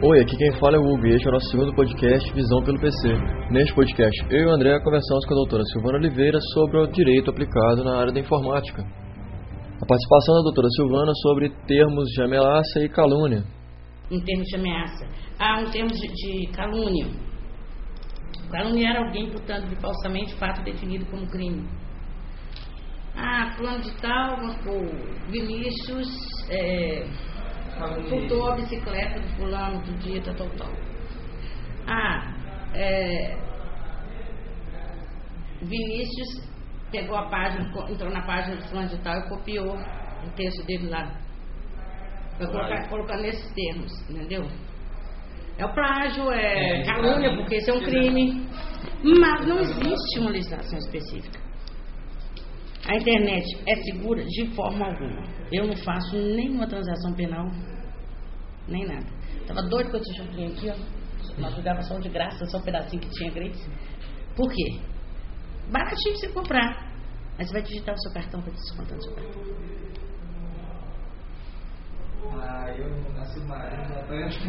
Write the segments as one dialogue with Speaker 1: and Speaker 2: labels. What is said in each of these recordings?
Speaker 1: Oi, aqui quem fala é o Hugo e este é o nosso segundo podcast Visão pelo PC. Neste podcast, eu e o André conversamos com a doutora Silvana Oliveira sobre o direito aplicado na área da informática. A participação da doutora Silvana sobre termos de ameaça e calúnia.
Speaker 2: Um termo de ameaça. Um termo de calúnia. Caluniar alguém, portanto, de falsamente fato definido como crime. Fulano de tal, Vinícius, furtou a bicicleta do fulano do dia, tal. Vinícius pegou a página, entrou na página do fulano de tal e copiou o texto dele lá. Vai colocar nesses termos, entendeu? É o plágio, calúnia, porque isso é um crime. Mas não existe uma legislação específica. A internet é segura de forma alguma. Eu não faço nenhuma transação penal, nem nada. Tava doido que eu tinha um cliente aqui, ó. Uma gravação de graça, só um pedacinho que tinha grátis. Por quê? Baratinho pra você comprar. Aí você vai digitar o seu cartão para descontar no seu cartão.
Speaker 3: Eu na Submarino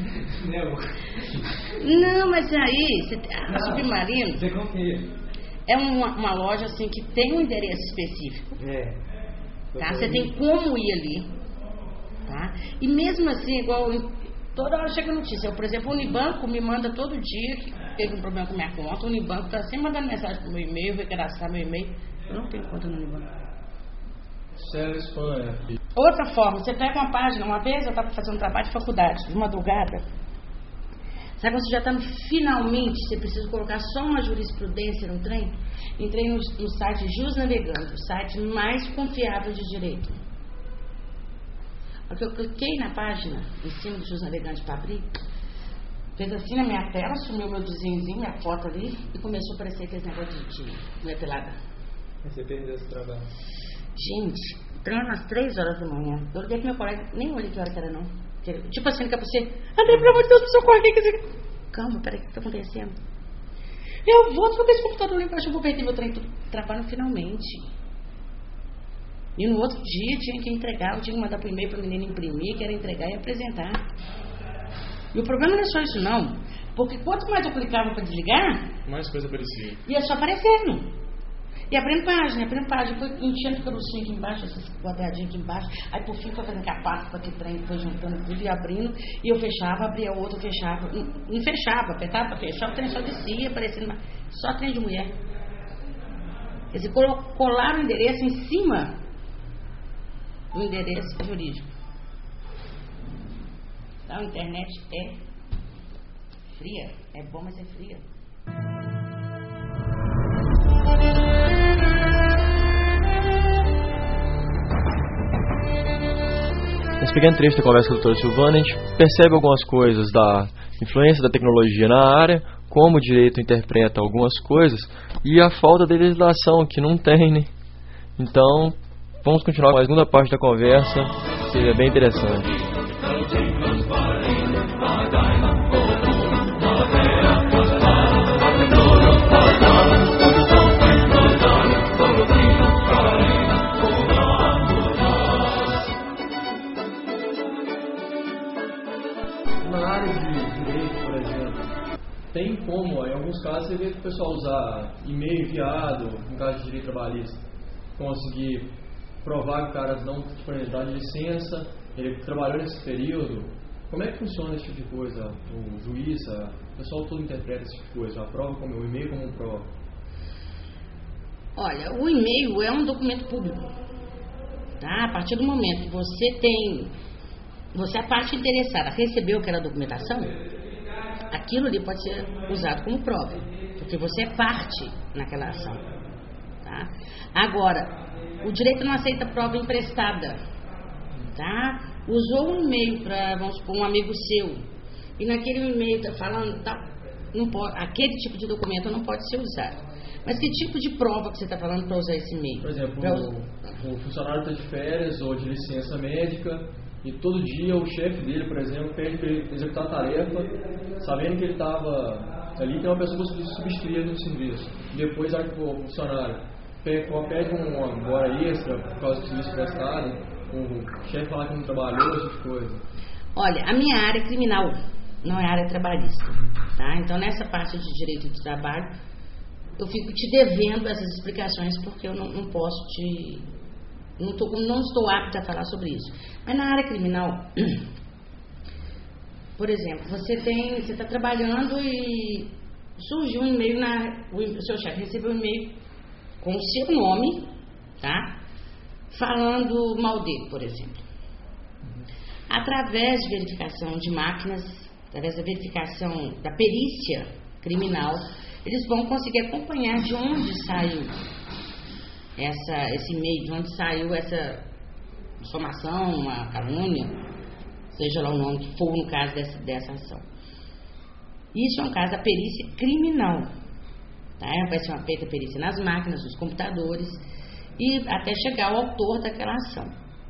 Speaker 2: não, mas aí a Submarino
Speaker 3: você confia.
Speaker 2: É uma loja assim que tem um endereço específico. Tá? Você tem como ir ali. Tá? E mesmo assim, igual toda hora chega notícia. Eu, por exemplo, o Unibanco me manda todo dia que teve um problema com minha conta. O Unibanco está sempre mandando mensagem pro meu e-mail, vai cadastrar meu e-mail. Eu não tenho conta no Unibanco. Outra forma, você pega uma página. Uma vez eu estava fazendo um trabalho de faculdade, de madrugada. Sabe quando você já está finalmente, você precisa colocar só uma jurisprudência no trem? Entrei no site Jus Navegando, o site mais confiável de direito. Porque eu cliquei na página, em cima do Jus Navegante para abrir, fez assim na minha tela, sumiu meu desenhozinho, minha foto ali, e começou a aparecer aqueles negócios de mulher pelada.
Speaker 3: Você perdeu esse trabalho.
Speaker 2: Gente, treino às 3 horas da manhã. Eu liguei pro meu colega, nem olhei que hora que era não. Tipo assim, que é pra você, André, pelo amor de Deus, me socorre, o que é isso? Calma, peraí, o que tá acontecendo? Eu vou trocar esse computador ali embaixo, eu vou perder meu trem, trabalho finalmente. E no outro dia tinha que entregar, eu tinha que mandar pro e-mail pra menina imprimir, que era entregar e apresentar. E o problema não é só isso não, porque quanto mais eu clicava pra desligar,
Speaker 1: Mais coisa aparecia.
Speaker 2: ia só aparecendo. E abrindo página, foi enchendo o carocinho aqui embaixo, esses quadradinhos aqui embaixo. Aí por fim foi fazendo capaz para que o trem foi juntando tudo e abrindo. E eu fechava, abria outro, fechava. Não fechava, apertava para fechar, o trem só descia, parecendo só trem de mulher. Eles colaram o endereço em cima do endereço jurídico. Então a internet é fria, é bom, mas é fria.
Speaker 1: Nesse pequeno trecho da conversa com a doutora Silvana, a gente percebe algumas coisas da influência da tecnologia na área, como o direito interpreta algumas coisas e a falta de legislação, que não tem, né? Então, vamos continuar com a segunda parte da conversa, que é bem interessante. Tem como, em alguns casos, você vê que o pessoal usar e-mail enviado, no caso de direito trabalhista, conseguir provar que o cara não disponibilidade de licença, ele trabalhou nesse período. Como é que funciona esse tipo de coisa? O juiz, o pessoal todo interpreta esse tipo de coisa, a prova como o e-mail como prova?
Speaker 2: Olha, o e-mail é um documento público. Tá? A partir do momento que você é a parte interessada, recebeu aquela documentação, aquilo ali pode ser usado como prova, porque você é parte naquela ação. Tá? Agora, o direito não aceita prova emprestada. Tá? Usou um e-mail para, vamos supor, um amigo seu, e naquele e-mail está falando, não pode, aquele tipo de documento não pode ser usado. Mas que tipo de prova que você está falando para usar esse e-mail?
Speaker 1: Por exemplo, o funcionário está de férias ou de licença médica, e todo dia o chefe dele, por exemplo, pede para ele executar a tarefa, sabendo que ele estava ali, tem uma pessoa que substituir no serviço. E depois o funcionário pede uma hora extra por causa do serviço prestado, o chefe fala que não trabalhou, essas coisas.
Speaker 2: Olha, a minha área é criminal. não é área trabalhista, tá? Então, nessa parte de direito do trabalho, eu fico te devendo essas explicações porque eu não posso te... Não estou apta a falar sobre isso. Mas na área criminal, por exemplo, você está trabalhando e surgiu um e-mail, o seu chefe recebeu um e-mail com o seu nome, tá? Falando mal dele, por exemplo. Através de verificação de máquinas, através da verificação da perícia criminal, eles vão conseguir acompanhar de onde saiu esse e-mail, de onde saiu essa difamação, uma calúnia, seja lá o nome que for no caso dessa ação. Isso é um caso da perícia criminal. Tá? Vai ser feita a perícia nas máquinas, nos computadores, e até chegar ao autor daquela ação.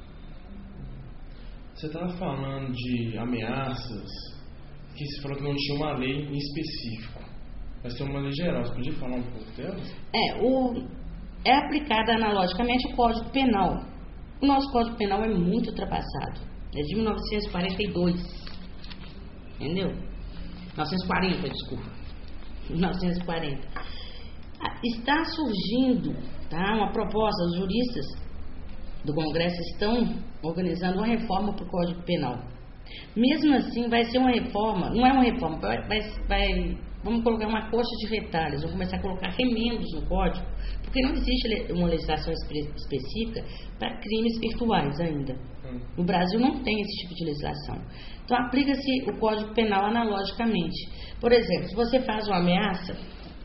Speaker 4: Você estava falando de ameaças, que você falou que não tinha uma lei em específico, mas tem uma lei geral. Você podia falar um pouco dela?
Speaker 2: É aplicada analogicamente o Código Penal. O nosso Código Penal é muito ultrapassado. É de 1942. Entendeu? 1940, desculpa. 1940. Está surgindo, tá, uma proposta, os juristas do Congresso estão organizando uma reforma para o Código Penal. Mesmo assim, vai ser uma reforma, não é uma reforma, vamos colocar uma coxa de retalhos, vamos começar a colocar remendos no Código, porque não existe uma legislação específica para crimes virtuais ainda. No Brasil não tem esse tipo de legislação. Então, aplica-se o Código Penal analogicamente. Por exemplo, se você faz uma ameaça,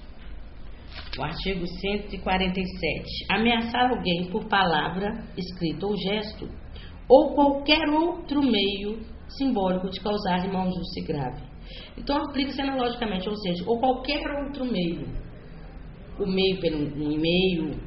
Speaker 2: o artigo 147, ameaçar alguém por palavra, escrito ou gesto, ou qualquer outro meio simbólico de causar mal justo e grave. Então, aplica-se analogicamente, ou seja, ou qualquer outro meio. O meio pelo um e-mail,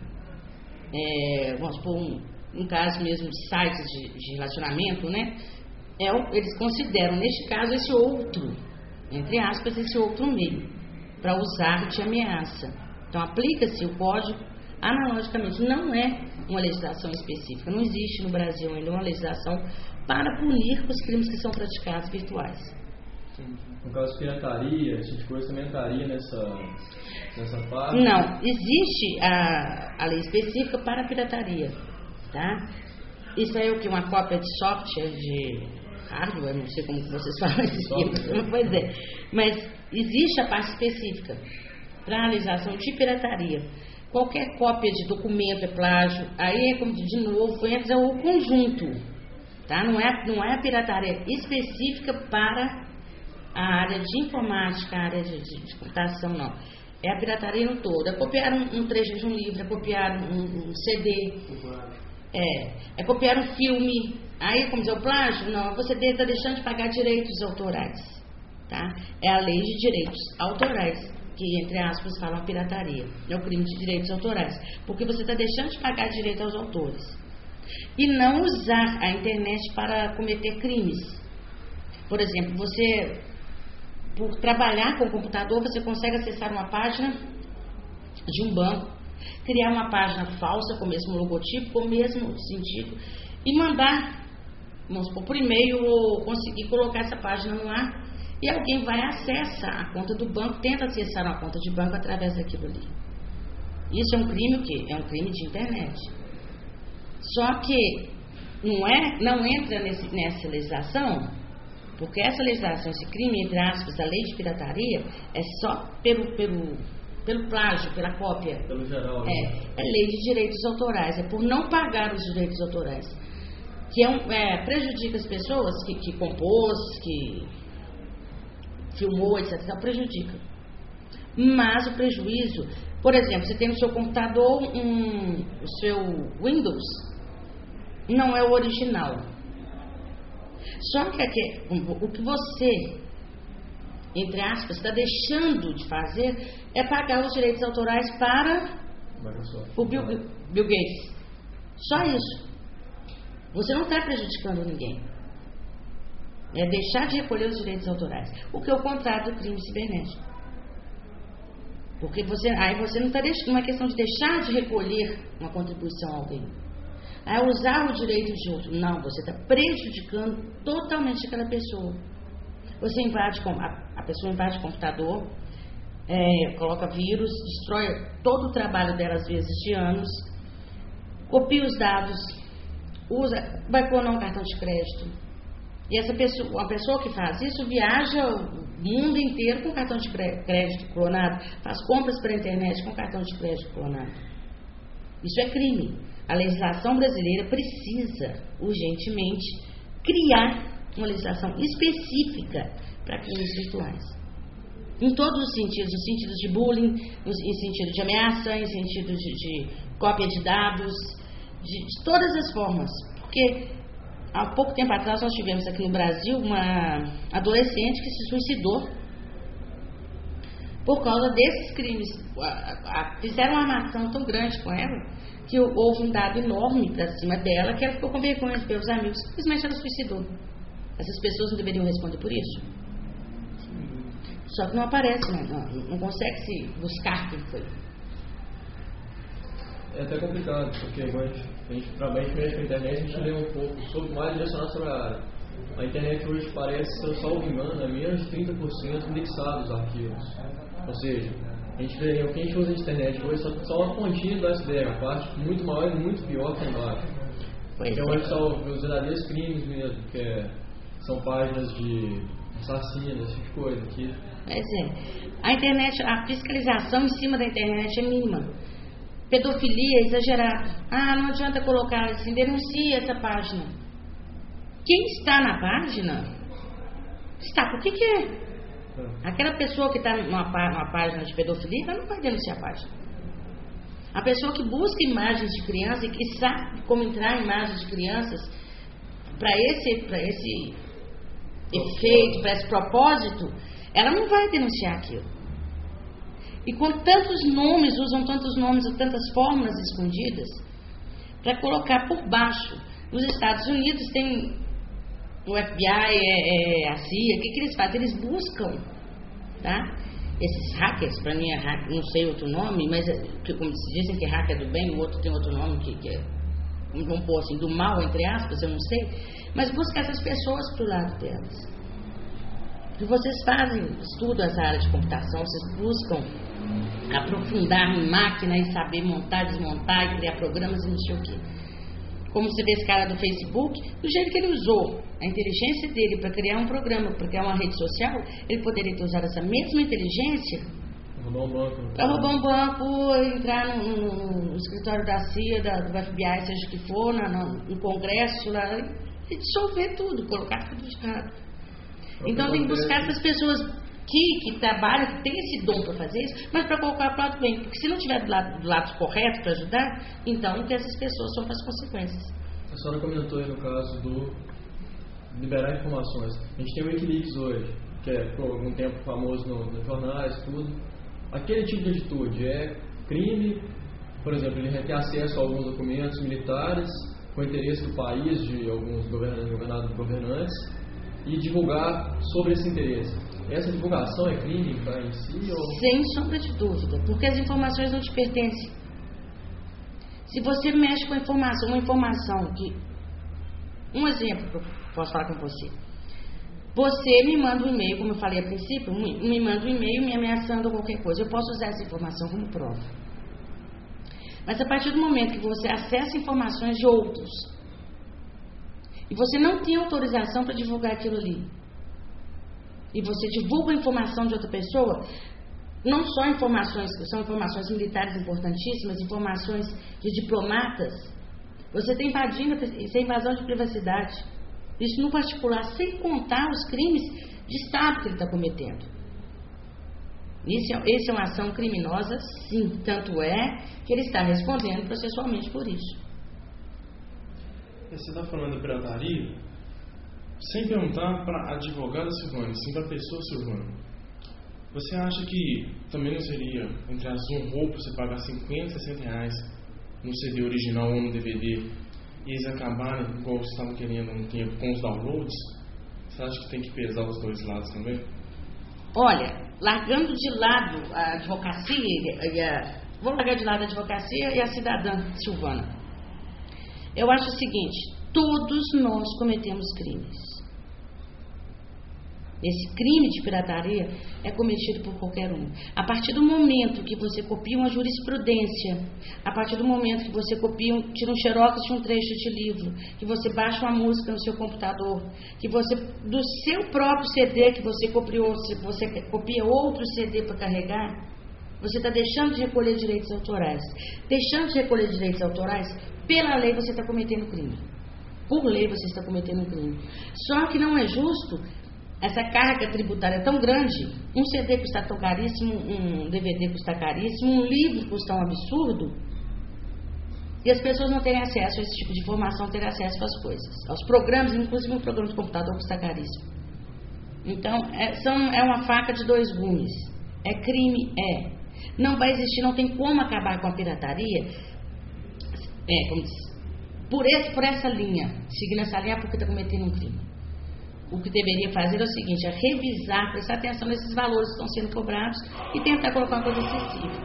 Speaker 2: vamos supor, um caso mesmo de sites de relacionamento, né? Eles consideram, neste caso, esse outro, entre aspas, esse outro meio, para usar de ameaça. Então, aplica-se o código analogicamente. Não é uma legislação específica. Não existe no Brasil ainda uma legislação para punir os crimes que são praticados virtuais.
Speaker 1: No caso de pirataria, esse tipo de coisa também entraria nessa parte?
Speaker 2: Não. Existe a lei específica para a pirataria. Tá? Isso é o que? Uma cópia de software, de hardware, não sei como vocês falam esse tipo. Pois é. Mas existe a parte específica para a realização de pirataria. Qualquer cópia de documento é plágio. Aí, como de novo, entra o conjunto. Tá? Não é a pirataria específica para a área de informática, a área de computação, não. É a pirataria no todo. É copiar um trecho de um livro, é copiar um CD, é copiar um filme. Aí, como dizer, o plágio, não, você está deixando de pagar direitos autorais. Tá? É a lei de direitos autorais, que, entre aspas, fala pirataria. É o crime de direitos autorais. Porque você está deixando de pagar direito aos autores. E não usar a internet para cometer crimes. Por exemplo, você, por trabalhar com o computador, você consegue acessar uma página de um banco, criar uma página falsa com o mesmo logotipo, com o mesmo sentido, e mandar, vamos supor, por e-mail, ou conseguir colocar essa página no ar, e alguém vai acessar a conta do banco, tenta acessar uma conta de banco através daquilo ali. Isso é um crime o quê? É um crime de internet. Só que não entra nessa legislação, porque essa legislação, esse crime, entre aspas, a lei de pirataria, é só pelo plágio, pela cópia.
Speaker 1: Pelo geral.
Speaker 2: É lei de direitos autorais, é por não pagar os direitos autorais. Que prejudica as pessoas que compôs, que filmou, etc. Prejudica. Mas o prejuízo, por exemplo, você tem no seu computador o seu Windows, não é o original. Só que o que você, entre aspas, está deixando de fazer é pagar os direitos autorais para o Bill Gates. Só isso. Você não está prejudicando ninguém. É deixar de recolher os direitos autorais. O que é o contrário do crime cibernético. Porque aí você não está deixando, não é questão de deixar de recolher uma contribuição a alguém. É usar o direito de outro. Não, você está prejudicando totalmente aquela pessoa. Você invade, a pessoa invade o computador, coloca vírus, destrói todo o trabalho dela, às vezes de anos, copia os dados, vai clonar um cartão de crédito. E uma pessoa que faz isso viaja o mundo inteiro com cartão de crédito clonado, faz compras pela internet com cartão de crédito clonado. Isso é crime. A legislação brasileira precisa, urgentemente, criar uma legislação específica para crimes virtuais. Em todos os sentidos, no sentido de bullying, em sentido de ameaça, em sentido de cópia de dados, de todas as formas. Porque há pouco tempo atrás nós tivemos aqui no Brasil uma adolescente que se suicidou por causa desses crimes. Fizeram uma armação tão grande com ela que houve um dado enorme para cima dela que ela ficou com vergonha de ver os amigos. Simplesmente ela suicidou. Essas pessoas não deveriam responder por isso? Só que não aparece, não consegue se buscar quem foi.
Speaker 1: É até complicado, porque a gente trabalha com a internet, a gente lê um pouco mais direcionado sobre a área. A internet hoje parece, se eu salvo engano, é menos de 30% indexados os arquivos. Ou seja, o que a gente usa de internet hoje é só uma pontinha do iceberg, a parte muito maior e muito pior que embaixo. Então hoje só os verdadeiros crimes mesmo, que são páginas de assassinos, esse tipo de coisa.
Speaker 2: A internet, a fiscalização em cima da internet é mínima. Pedofilia é exagerado. Não adianta colocar assim, denuncie essa página. Quem está na página está porque quer. Aquela pessoa que está numa página de pedofilia, ela não vai denunciar a página. A pessoa que busca imagens de crianças e que sabe como entrar em imagens de crianças para esse efeito, para esse propósito, ela não vai denunciar aquilo. E com tantos nomes, usam tantos nomes, tantas fórmulas escondidas para colocar por baixo. Nos Estados Unidos tem o FBI, a CIA, o que eles fazem? Eles buscam, tá? Esses hackers, para mim não sei outro nome, mas como se dizem que hacker é do bem, o outro tem outro nome que é, vamos pôr assim, do mal, entre aspas, eu não sei, mas busca essas pessoas pro lado delas. E vocês estudam essa área de computação, vocês buscam aprofundar em máquina e saber montar, desmontar e criar programas e não sei o quê. Como você vê esse cara do Facebook, do jeito que ele usou a inteligência dele para criar um programa, para criar uma rede social, ele poderia ter usado essa mesma inteligência para roubar um banco, entrar no escritório da CIA, do FBI, seja o que for, no Congresso, lá, e dissolver tudo, colocar tudo de errado. Então tem que buscar essas pessoas que trabalham, que têm esse dom para fazer isso, mas para colocar para o lado bem. Porque se não estiver do lado correto para ajudar, então que essas pessoas são as consequências.
Speaker 1: A senhora comentou aí no caso do liberar informações. A gente tem o Wikileaks hoje, que é por algum tempo famoso nos jornais, tudo. Aquele tipo de atitude é crime, por exemplo, ele requer acesso a alguns documentos militares com interesse do país, de alguns governantes, e divulgar sobre esse interesse. Essa divulgação é crime em si? Ou...
Speaker 2: Sem sombra de dúvida, porque as informações não te pertencem. Se você mexe com uma informação que... Um exemplo que eu posso falar com você. Você me manda um e-mail, como eu falei a princípio, me manda um e-mail me ameaçando ou qualquer coisa. Eu posso usar essa informação como prova. Mas a partir do momento que você acessa informações de outros e você não tem autorização para divulgar aquilo ali, e você divulga a informação de outra pessoa, não só informações, que são informações militares importantíssimas, informações de diplomatas, você está invadindo, isso é invasão de privacidade. Isso no particular, sem contar os crimes de Estado que ele está cometendo. Essa é uma ação criminosa, sim, tanto é que ele está respondendo processualmente por isso.
Speaker 4: Você está falando de pirataria sem perguntar para a advogada Silvana, sim para a pessoa Silvana. Você acha que também não seria, entre as um roubo, você pagar 50, 60 reais no CD original ou no DVD e eles acabarem, igual vocês estavam querendo há um tempo, com os downloads? Você acha que tem que pesar os dois lados também?
Speaker 2: Olha, largando de lado a advocacia, vou largar de lado a advocacia e a cidadã Silvana. Eu acho o seguinte, todos nós cometemos crimes. esse crime de pirataria é cometido por qualquer um. A partir do momento que você copia uma jurisprudência, a partir do momento que você copia, tira um xerox de um trecho de livro, que você baixa uma música no seu computador, que você, do seu próprio CD que você copiou, se você copia outro CD para carregar, você está deixando de recolher direitos autorais. Deixando de recolher direitos autorais, pela lei você está cometendo crime. Por lei você está cometendo crime. Só que não é justo. Essa carga tributária é tão grande, um CD custa tão caríssimo, um DVD custa caríssimo, um livro custa um absurdo, e as pessoas não terem acesso a esse tipo de informação, terem acesso às coisas, aos programas, inclusive um programa de computador custa caríssimo. Então, é uma faca de dois gumes. É crime? É. Não vai existir, não tem como acabar com a pirataria, como diz, por essa linha, seguindo essa linha porque está cometendo um crime. O que deveria fazer é o seguinte, é revisar, prestar atenção nesses valores que estão sendo cobrados e tentar colocar uma coisa acessível.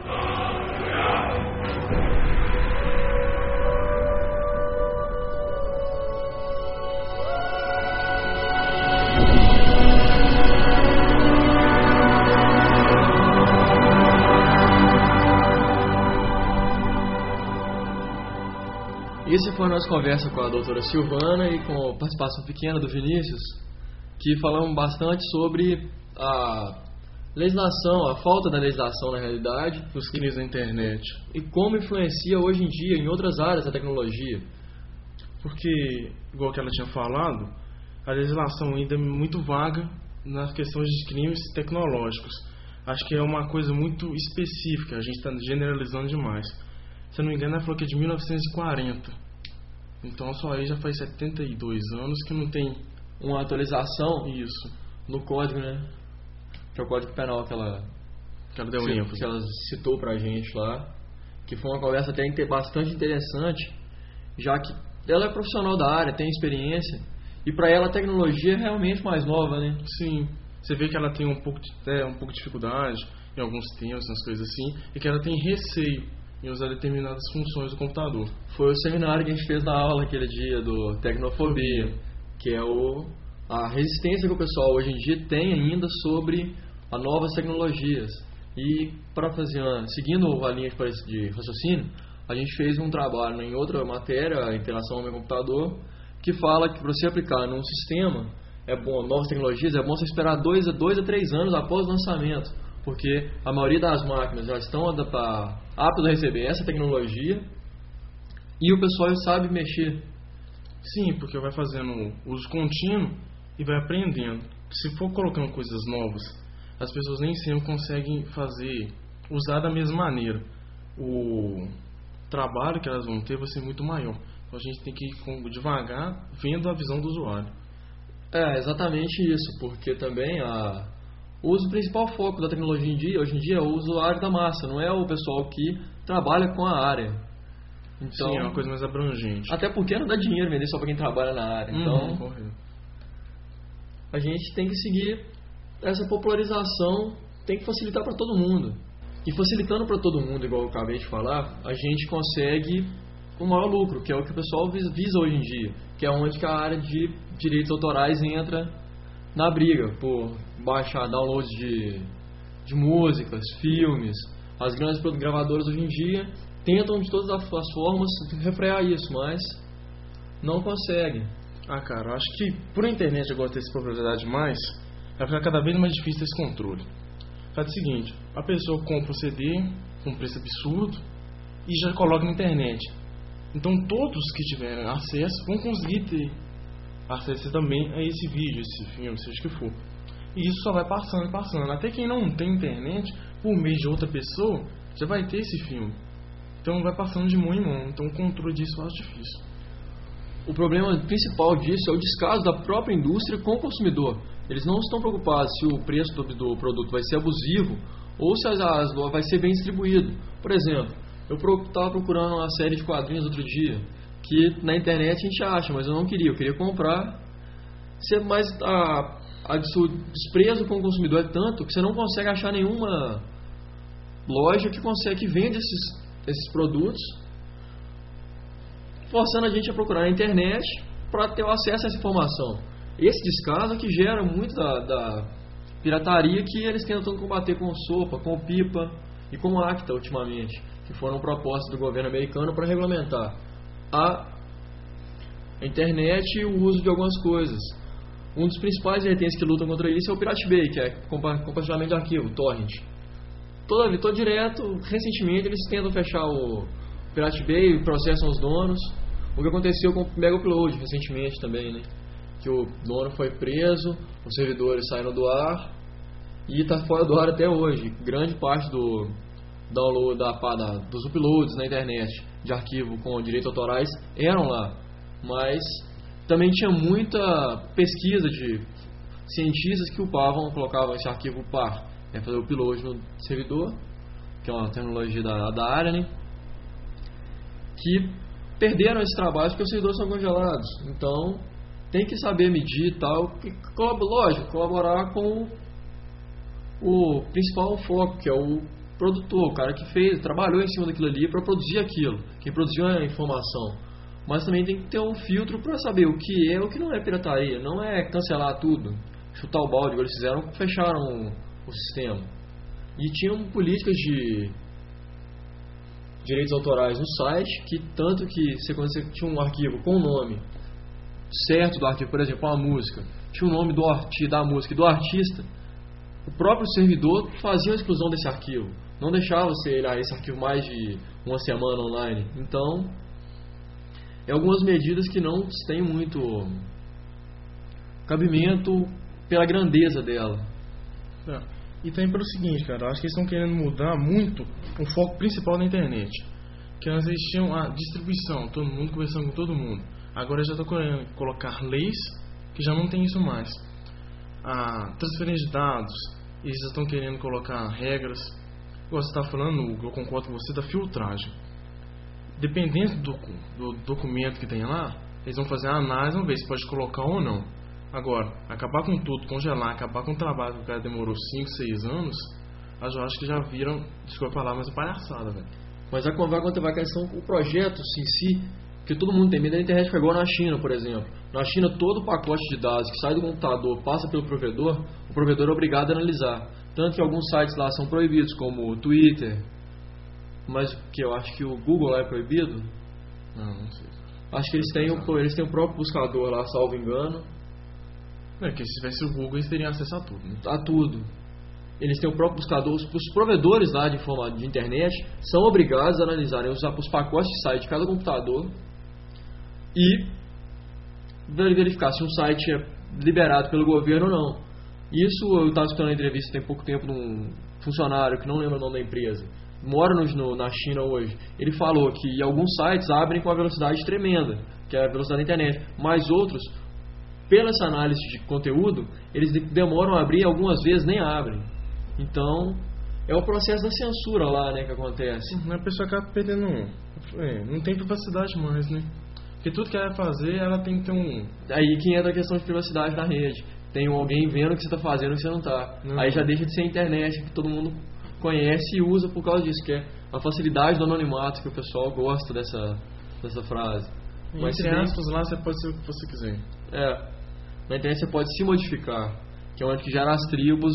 Speaker 1: Essa foi a nossa conversa com a doutora Silvana e com a participação pequena do Vinícius, que falamos bastante sobre a legislação, a falta da legislação na realidade,
Speaker 4: os crimes da internet
Speaker 1: e como influencia hoje em dia em outras áreas da tecnologia.
Speaker 4: Porque, igual que ela tinha falado, a legislação ainda é muito vaga nas questões de crimes tecnológicos. Acho que é uma coisa muito específica, a gente está generalizando demais. Se eu não me engano, ela falou que é de 1940. Então só aí já faz 72 anos que não tem
Speaker 1: uma atualização
Speaker 4: isso
Speaker 1: no código, né? Que é o Código Penal que ela
Speaker 4: deu ênfase,
Speaker 1: que ela citou pra gente lá, que foi uma conversa até bastante interessante, já que ela é profissional da área, tem experiência, e para ela a tecnologia é realmente mais nova, né?
Speaker 4: Sim, você vê que ela tem um pouco de dificuldade em alguns termos, nas coisas assim, e que ela tem receio em usar determinadas funções do computador.
Speaker 1: Foi o seminário que a gente fez na aula aquele dia do Tecnofobia, que é a resistência que o pessoal hoje em dia tem ainda sobre as novas tecnologias. E seguindo a linha de raciocínio, a gente fez um trabalho em outra matéria, a interação homem-computador, que fala que para você aplicar num sistema, novas tecnologias, é bom você esperar 2 a 3 anos após o lançamento, porque a maioria das máquinas já estão aptas a receber essa tecnologia e o pessoal sabe mexer.
Speaker 4: Sim, porque vai fazendo uso contínuo e vai aprendendo. Se for colocando coisas novas, as pessoas nem sempre conseguem usar da mesma maneira. O trabalho que elas vão ter vai ser muito maior. Então a gente tem que ir devagar, vendo a visão do usuário.
Speaker 1: É exatamente isso, porque também o principal foco da tecnologia hoje em dia é o usuário da massa, não é o pessoal que trabalha com a área. Então,
Speaker 4: sim, é uma coisa mais abrangente.
Speaker 1: Até porque não dá dinheiro vender só para quem trabalha na área. Então, a gente tem que seguir essa popularização, tem que facilitar para todo mundo. E facilitando para todo mundo, igual eu acabei de falar, a gente consegue o maior lucro, que é o que o pessoal visa hoje em dia, que é onde que a área de direitos autorais entra na briga, por baixar downloads de músicas, filmes. As grandes gravadoras hoje em dia tentam de todas as formas refrear isso, mas não conseguem.
Speaker 4: Cara, acho que por a internet agora ter essa popularidade mais, vai ficar cada vez mais difícil esse controle. Faz o seguinte, a pessoa compra o CD com um preço absurdo e já coloca na internet. Então todos que tiverem acesso vão conseguir ter acesso também a esse vídeo, esse filme, seja o que for. E isso só vai passando e passando. Até quem não tem internet, por meio de outra pessoa, já vai ter esse filme. Então vai passando de mão em mão. Então o controle disso eu acho difícil.
Speaker 1: O problema principal disso é o descaso da própria indústria com o consumidor. Eles não estão preocupados se o preço do produto vai ser abusivo ou se vai ser bem distribuído. Por exemplo, eu estava procurando uma série de quadrinhos outro dia, que na internet a gente acha, mas eu não queria. Eu queria comprar. Mas o desprezo com o consumidor é tanto que você não consegue achar nenhuma loja que vende esses produtos, forçando a gente a procurar na internet para ter acesso a essa informação. Esse descaso é que gera muito da pirataria que eles tentam combater com SOPA, com PIPA e com ACTA ultimamente, que foram propostas do governo americano para regulamentar a internet e o uso de algumas coisas. Um dos principais vertentes que lutam contra isso é o Pirate Bay, que é compartilhamento de arquivo, torrent. Todo direto, recentemente eles tentam fechar o Pirate Bay e processam os donos. O que aconteceu com o Mega Upload recentemente também, né? Que o dono foi preso, os servidores saíram do ar e está fora do ar até hoje. Grande parte do download dos uploads na internet de arquivo com direitos autorais eram lá, mas também tinha muita pesquisa de cientistas que colocavam esse arquivo par, fazer o upload no servidor, que é uma tecnologia da área, né? Que perderam esse trabalho porque os servidores são congelados. Então tem que saber medir e tal, e lógico, colaborar com o principal foco, que é o produtor, o cara que trabalhou em cima daquilo ali para produzir aquilo, quem produziu a informação. Mas também tem que ter um filtro para saber o que é e o que não é pirataria. Não é cancelar tudo, chutar o balde, igual eles fizeram, fecharam o sistema. E tinham políticas de direitos autorais no site, que tanto que quando você tinha um arquivo com o nome certo do arquivo, por exemplo, uma música, tinha o nome da música e do artista, o próprio servidor fazia a exclusão desse arquivo, não deixava esse arquivo mais de uma semana online. Então, algumas medidas que não têm muito cabimento pela grandeza dela.
Speaker 4: E também pelo seguinte, cara, eu acho que eles estão querendo mudar muito o foco principal da internet, que antes eles tinham a distribuição, todo mundo conversando com todo mundo. Agora já estão querendo colocar leis que já não tem isso mais. A transferência de dados, eles já estão querendo colocar regras. Igual você está falando, eu concordo com você, da filtragem. Dependendo do documento que tem lá, eles vão fazer a análise, vão ver se pode colocar ou não. Agora, acabar com tudo, congelar, acabar com o trabalho que o cara demorou 5, 6 anos, eu acho que já viram, desculpa falar, mas é palhaçada, velho.
Speaker 1: Mas vai acontecer a questão, o projeto em si, que todo mundo tem medo da internet, foi igual na China, por exemplo. Na China, todo o pacote de dados que sai do computador, passa pelo provedor, o provedor é obrigado a analisar. Tanto que alguns sites lá são proibidos, como o Twitter, mas que eu acho que o Google lá é proibido.
Speaker 4: Não sei.
Speaker 1: Acho que eles têm o próprio buscador lá, salvo engano.
Speaker 4: Que se tivesse o Google, eles teriam acesso a tudo, né?
Speaker 1: A tudo. Eles têm o próprio buscador. Os provedores lá de internet são obrigados a analisarem os pacotes de site de cada computador e verificar se um site é liberado pelo governo ou não. Isso eu estava escutando uma entrevista tem pouco tempo de um funcionário que não lembro o nome da empresa, mora na China hoje. Ele falou que alguns sites abrem com uma velocidade tremenda, que é a velocidade da internet, mas outros, pela essa análise de conteúdo, eles demoram a abrir, algumas vezes nem abrem. Então, é o processo da censura lá, né, que acontece.
Speaker 4: A pessoa acaba perdendo não tem privacidade mais, né? Porque tudo que ela vai fazer, ela tem que ter
Speaker 1: Aí que entra a questão de privacidade na rede. Tem alguém vendo o que você está fazendo e o que você não está. Aí já deixa de ser a internet, que todo mundo conhece e usa por causa disso, que é a facilidade do anonimato, que o pessoal gosta dessa frase.
Speaker 4: Mas entre aspas lá, você pode ser o que você quiser.
Speaker 1: Na internet você pode se modificar, que é onde que gera as tribos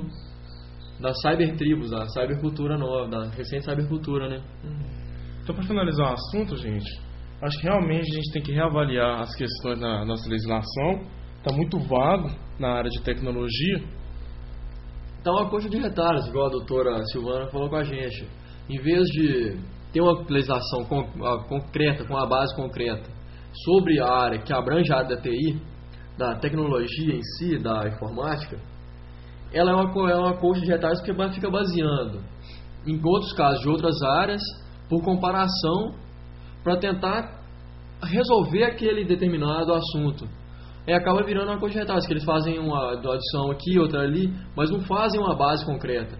Speaker 1: das cybertribos, da cybercultura nova, da recente cybercultura, né?
Speaker 4: Então, para finalizar o assunto, gente, acho que realmente a gente tem que reavaliar as questões da nossa legislação. Está muito vago na área de tecnologia.
Speaker 1: Está uma coxa de retalhos, igual a doutora Silvana falou com a gente. Em vez de ter uma legislação concreta, com uma base concreta, sobre a área que abrange a área da TI, da tecnologia em si, da informática, ela é uma coxa de retalhos que fica baseando em outros casos de outras áreas, por comparação, para tentar resolver aquele determinado assunto. Acaba virando uma coxa de retalhos, que eles fazem uma adição aqui, outra ali, mas não fazem uma base concreta.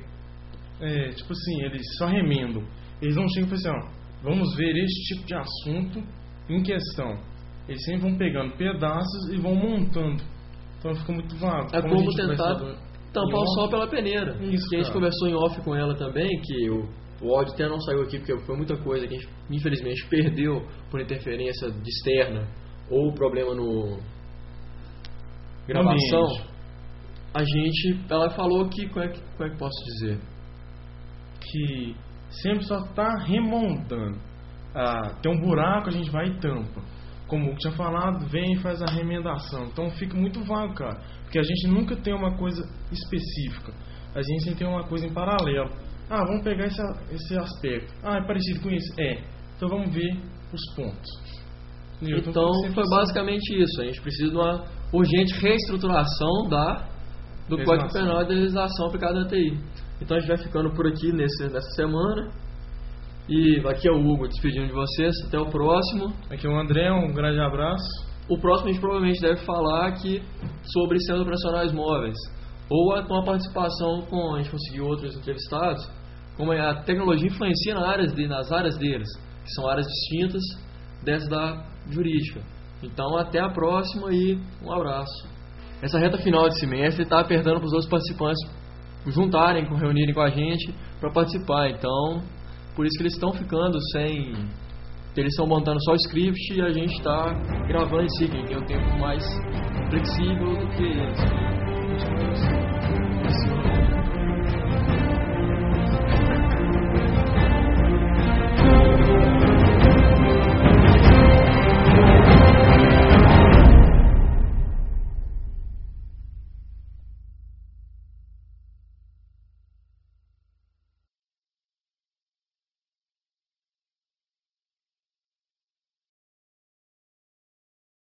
Speaker 4: Tipo assim, eles só remendam. Eles não chegam e falam assim, vamos ver este tipo de assunto em questão. Eles sempre vão pegando pedaços e vão montando. Então fica muito vago.
Speaker 1: É como tentar tampar o sol pela peneira.
Speaker 4: Isso,
Speaker 1: que a gente conversou em off com ela também, que o áudio até não saiu aqui, porque foi muita coisa que a gente, infelizmente, perdeu por interferência externa ou problema gravação,
Speaker 4: ambiente.
Speaker 1: ela falou que, como é que posso dizer?
Speaker 4: Que sempre só tá remontando. Tem um buraco, a gente vai e tampa. Como eu tinha falado, vem e faz a remendação. Então fica muito vago, cara. Porque a gente nunca tem uma coisa específica. A gente sempre tem uma coisa em paralelo. Vamos pegar esse aspecto. É parecido com isso? Então vamos ver os pontos.
Speaker 1: Então foi basicamente isso. A gente precisa de uma urgente reestruturação do Código Penal e da legislação aplicada na TI. Então a gente vai ficando por aqui nessa semana. E aqui é o Hugo despedindo de vocês. Até o próximo.
Speaker 4: Aqui é o André, um grande abraço.
Speaker 1: O próximo a gente provavelmente deve falar aqui sobre sistemas operacionais móveis. Ou com a participação, a gente conseguiu outros entrevistados, como a tecnologia influencia nas áreas deles, que são áreas distintas dessas da jurídica. Então até a próxima e um abraço. Essa reta final de semestre está apertando para os outros participantes reunirem com a gente para participar. Então, por isso que eles estão ficando eles estão montando só o script e a gente está gravando em si, quem tem um tempo mais flexível do que eles.